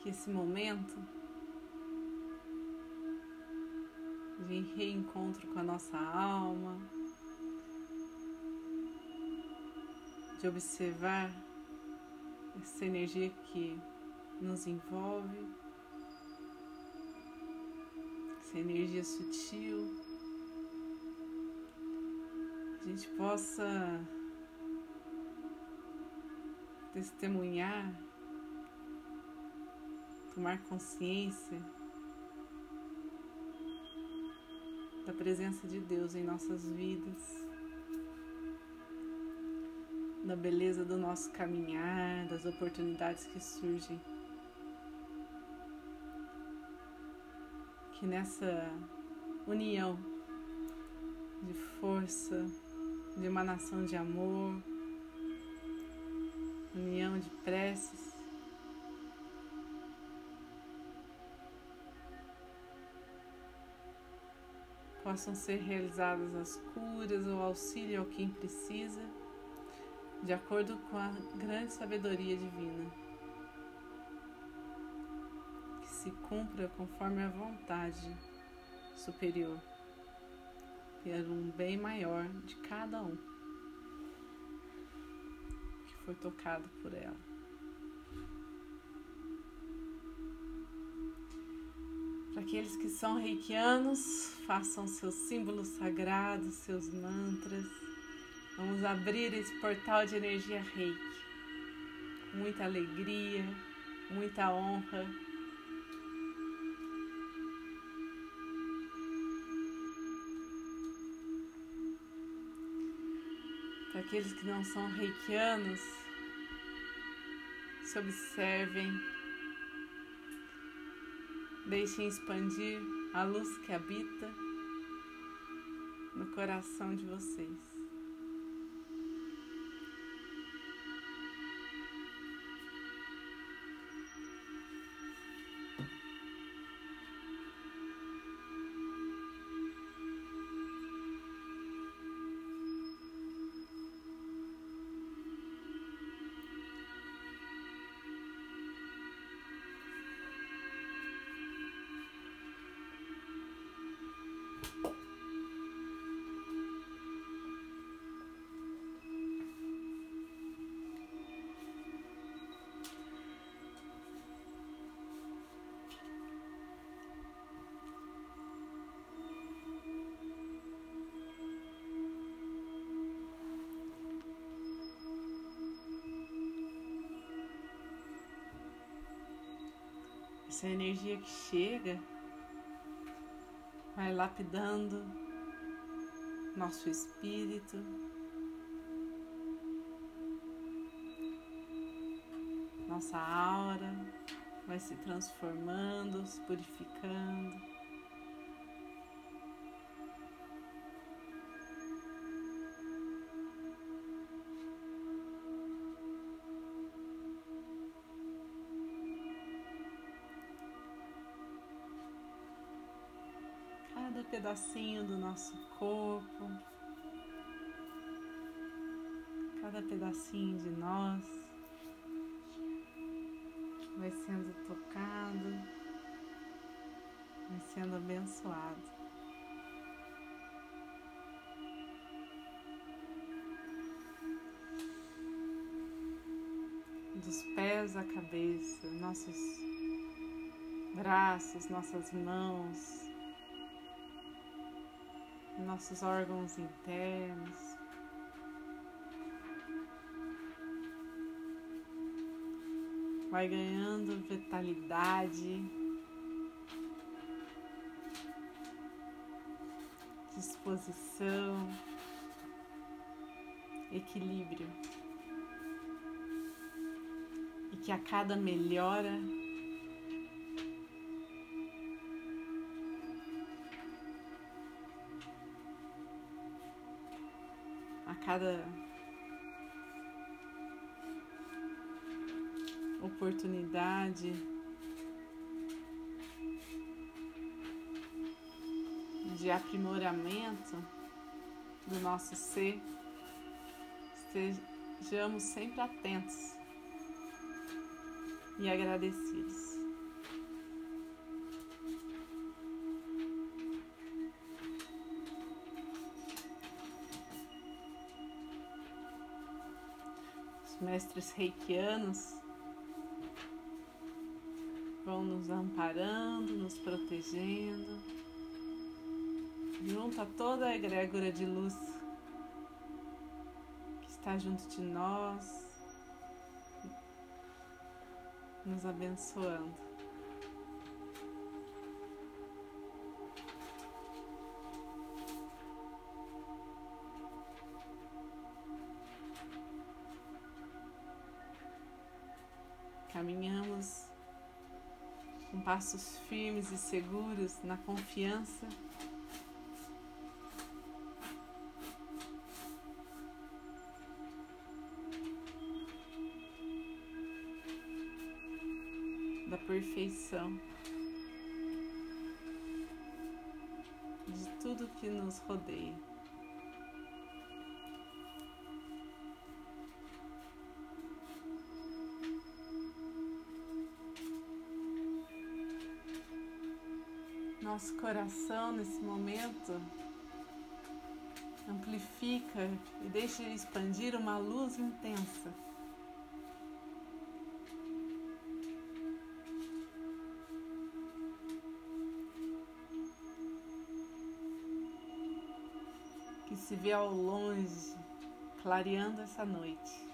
que esse momento de reencontro com a nossa alma, de observar essa energia que nos envolve, essa energia sutil, a gente possa testemunhar, tomar consciência da presença de Deus em nossas vidas, da beleza do nosso caminhar, das oportunidades que surgem. Que nessa união de força, de emanação de amor, união de preces, possam ser realizadas as curas ou auxílio ao quem precisa, de acordo com a grande sabedoria divina, que se cumpra conforme a vontade superior, pelo um bem maior de cada um que foi tocado por ela. Para aqueles que são reikianos, façam seus símbolos sagrados, seus mantras. Vamos abrir esse portal de energia reiki com muita alegria, muita honra. Para aqueles que não são reikianos, se observem, deixem expandir a luz que habita no coração de vocês. Essa energia que chega vai lapidando nosso espírito, nossa aura vai se transformando, se purificando. Cada pedacinho do nosso corpo, cada pedacinho de nós vai sendo tocado, vai sendo abençoado. Dos pés à cabeça, nossos braços, nossas mãos, nossos órgãos internos, vai ganhando vitalidade, disposição, equilíbrio, e que a cada melhora cada oportunidade de aprimoramento do nosso ser, estejamos sempre atentos e agradecidos. Os mestres reikianos vão nos amparando, nos protegendo, junto a toda a egrégora de luz que está junto de nós, nos abençoando. Caminhamos com passos firmes e seguros na confiança da perfeição de tudo que nos rodeia. Nosso coração nesse momento amplifica e deixa expandir uma luz intensa. Que se vê ao longe, clareando essa noite.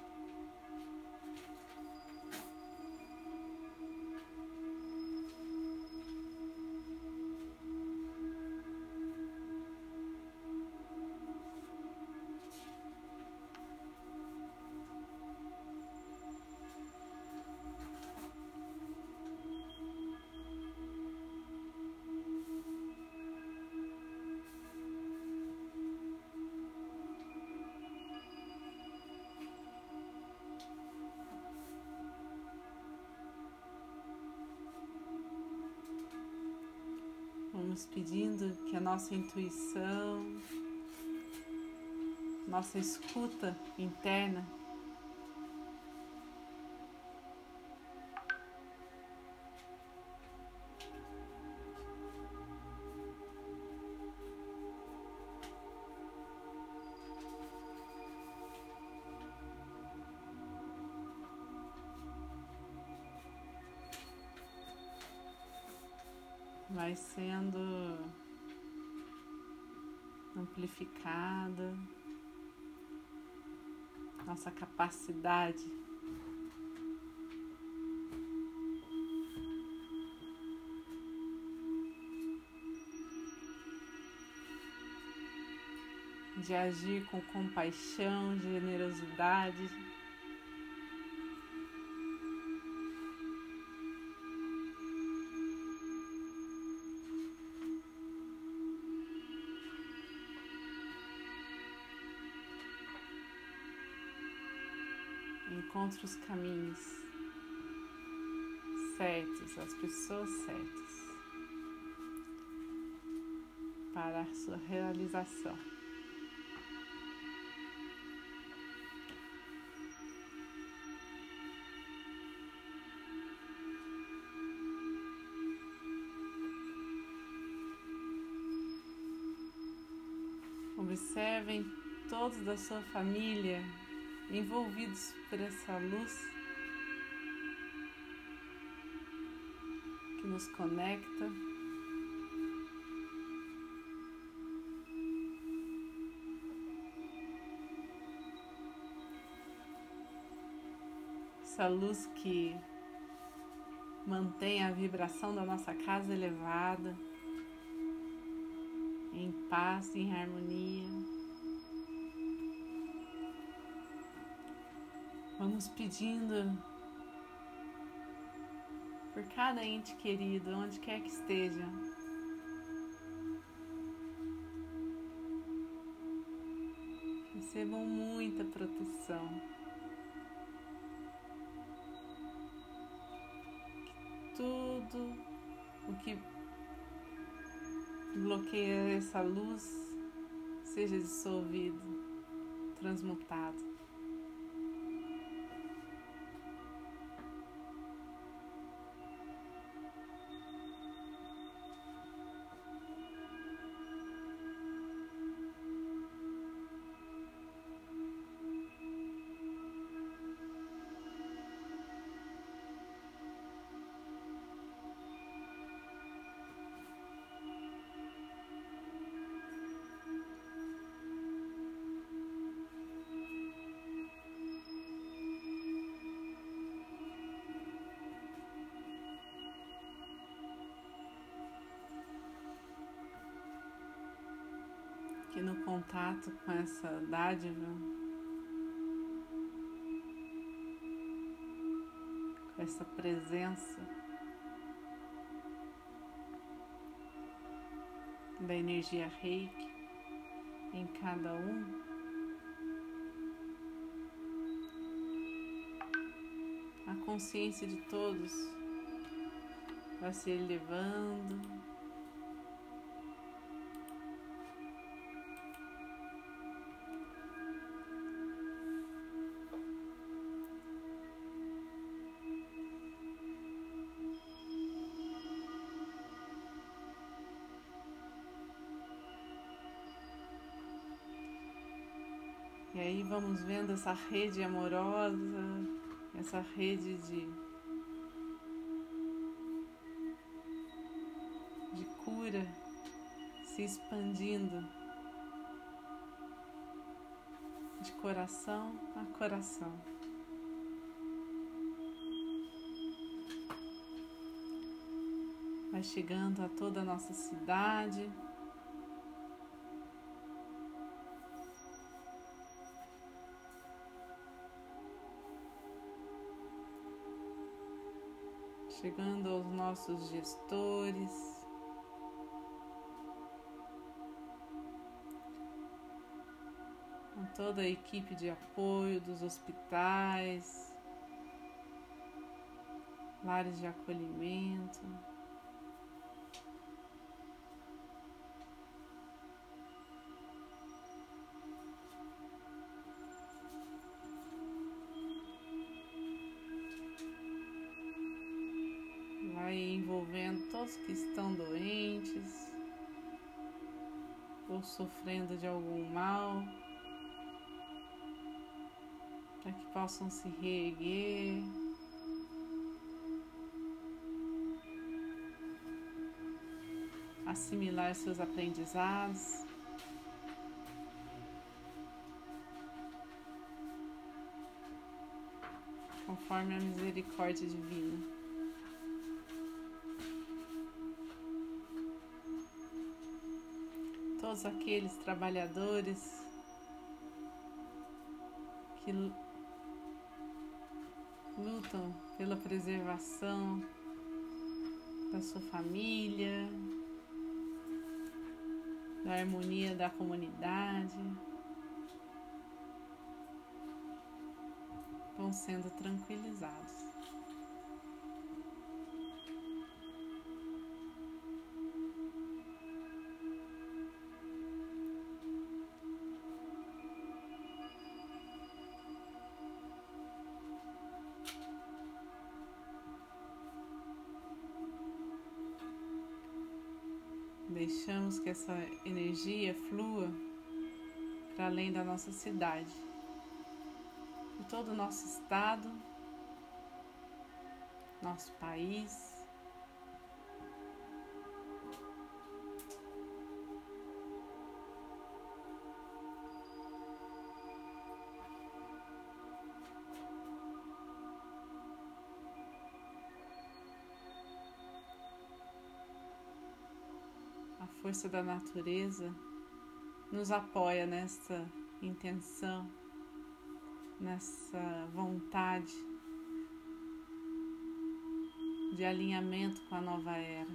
Vamos pedindo que a nossa intuição, nossa escuta interna vai sendo amplificada, nossa capacidade de agir com compaixão, generosidade, encontre os caminhos certos, as pessoas certas para a sua realização. Observem todos da sua família envolvidos por essa luz que nos conecta. Essa luz que mantém a vibração da nossa casa elevada, em paz, em harmonia. Vamos pedindo por cada ente querido, onde quer que esteja, recebam muita proteção, que tudo o que bloqueia essa luz seja dissolvido, transmutado. contato com essa dádiva, com essa presença da energia Reiki em cada um, a consciência de todos vai se elevando. E aí vamos vendo essa rede amorosa, essa rede de cura se expandindo de coração a coração. Vai chegando a toda a nossa cidade. Chegando aos nossos gestores, a toda a equipe de apoio dos hospitais, lares de acolhimento. Vai envolvendo todos que estão doentes ou sofrendo de algum mal, para que possam se reerguer, assimilar seus aprendizados, conforme a misericórdia divina. Todos aqueles trabalhadores que lutam pela preservação da sua família, da harmonia da comunidade, vão sendo tranquilizados. Deixamos que essa energia flua para além da nossa cidade, de todo o nosso estado, nosso país. A força da natureza nos apoia nessa intenção, nessa vontade de alinhamento com a nova era,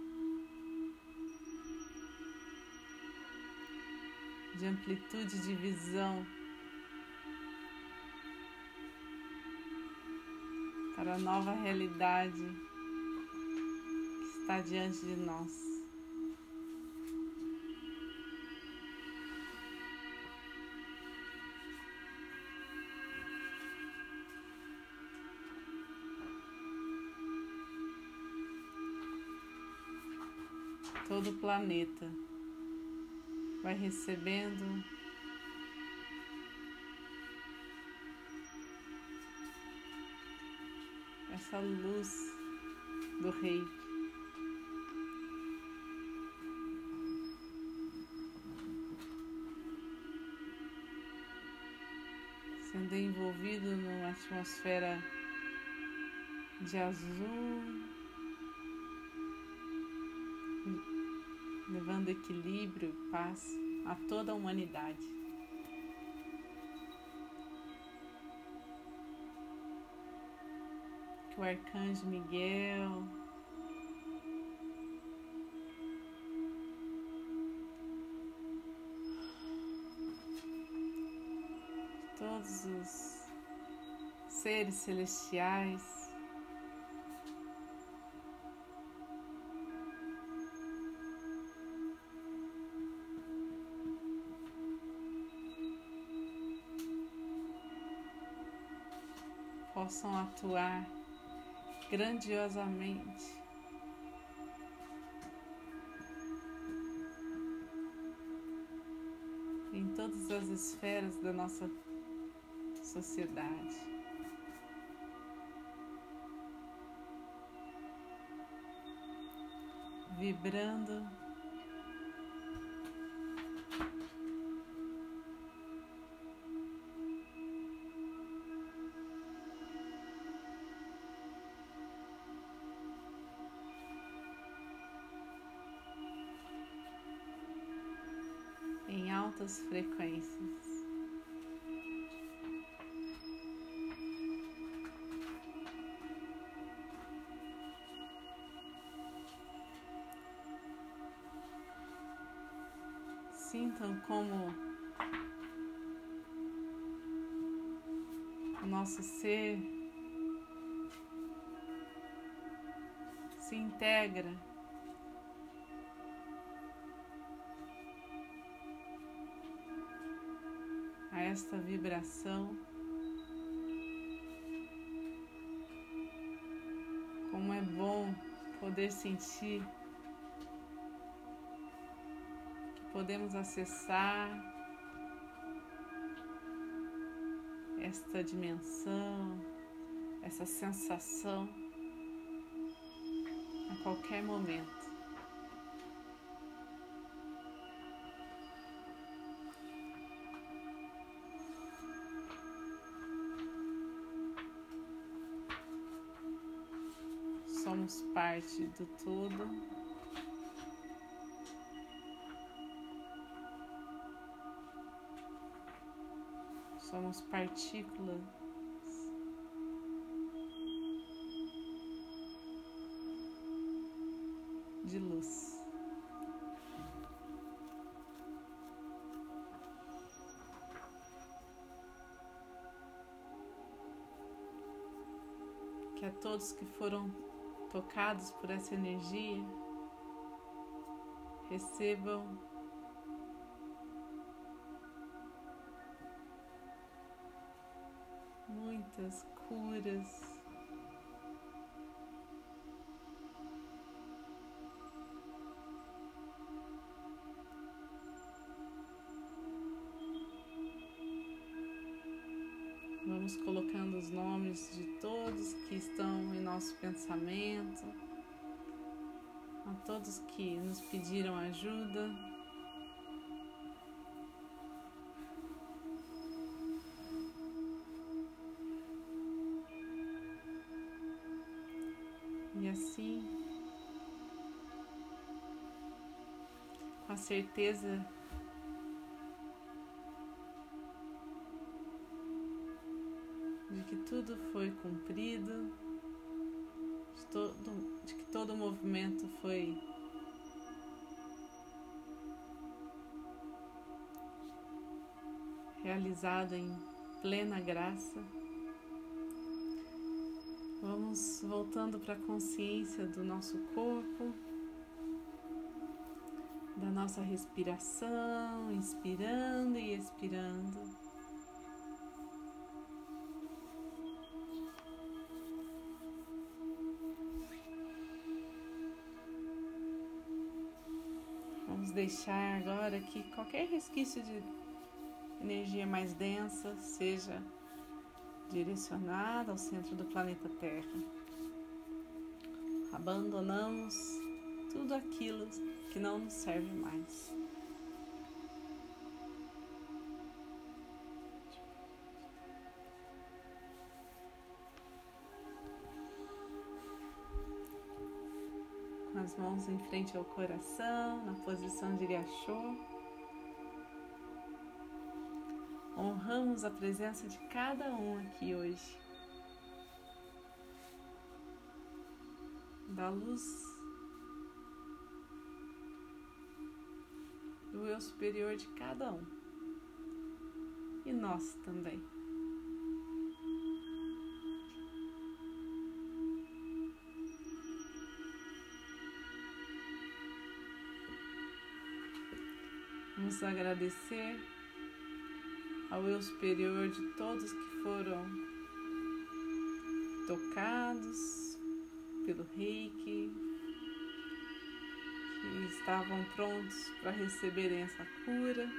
de amplitude de visão para a nova realidade que está diante de nós. Todo o planeta vai recebendo essa luz do Reiki, sendo envolvido numa atmosfera de azul, levando equilíbrio, paz. a toda a humanidade. Que o Arcanjo Miguel todos os seres celestiais possam atuar grandiosamente em todas as esferas da nossa sociedade. Vibrando em altas frequências. Sintam como o nosso ser se integra a esta vibração, como é bom poder sentir que podemos acessar esta dimensão, essa sensação a qualquer momento. Somos parte do todo. Somos partículas de luz. Que a todos que foram tocados por essa energia recebam muitas curas, vamos colocando os nomes de todos que estão em nosso pensamento, a todos que nos pediram ajuda. E assim, com a certeza de que tudo foi cumprido, de que todo o movimento foi realizado em plena graça, vamos voltando para a consciência do nosso corpo, da nossa respiração, inspirando e expirando. Vamos deixar agora que qualquer resquício de energia mais densa seja direcionada ao centro do planeta Terra. Abandonamos tudo aquilo que não nos serve mais. Com as mãos em frente ao coração, na posição de Gachô. Honramos a presença de cada um aqui hoje. Da luz do eu superior de cada um. E nós também. Vamos agradecer ao eu superior de todos que foram tocados pelo Reiki, que estavam prontos para receberem essa cura.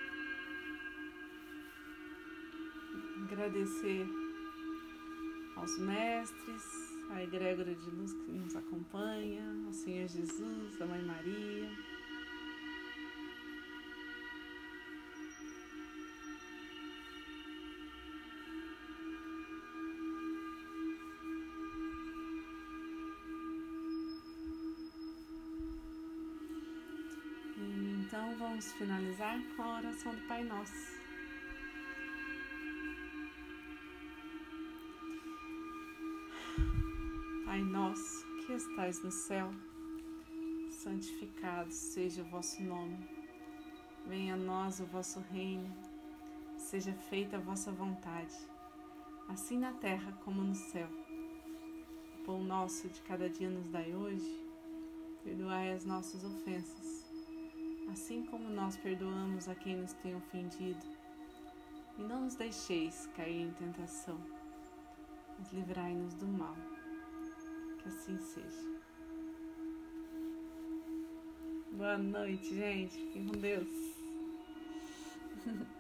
Agradecer aos mestres, à egrégora de luz que nos acompanha, ao Senhor Jesus, à Mãe Maria. Então vamos finalizar com a oração do Pai Nosso. Pai nosso, que estais no céu, santificado seja o vosso nome. Venha a nós o vosso reino, seja feita a vossa vontade, assim na terra como no céu. O pão nosso de cada dia nos dai hoje, perdoai as nossas ofensas, assim como nós perdoamos a quem nos tem ofendido. E não nos deixeis cair em tentação, mas livrai-nos do mal. Que assim seja. Boa noite, gente. Fiquem com Deus.